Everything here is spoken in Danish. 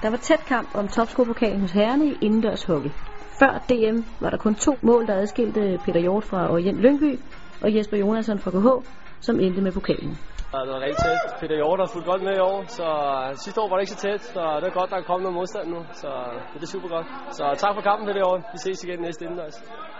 Der var tæt kamp om topscorepokalen hos herrerne i indendørs hockey. Før DM var der kun 2 mål, der adskilte Peter Hjort fra Orient Lyngby og Jesper Jonasson fra KH, som endte med pokalen. Det var rigtig tæt. Peter Hjort har fulgt godt med i år, så sidste år var det ikke så tæt, så det er godt, der er kommet noget modstand nu, så det er super godt. Så tak for kampen, Peter Hjort. Vi ses igen næste indendørs.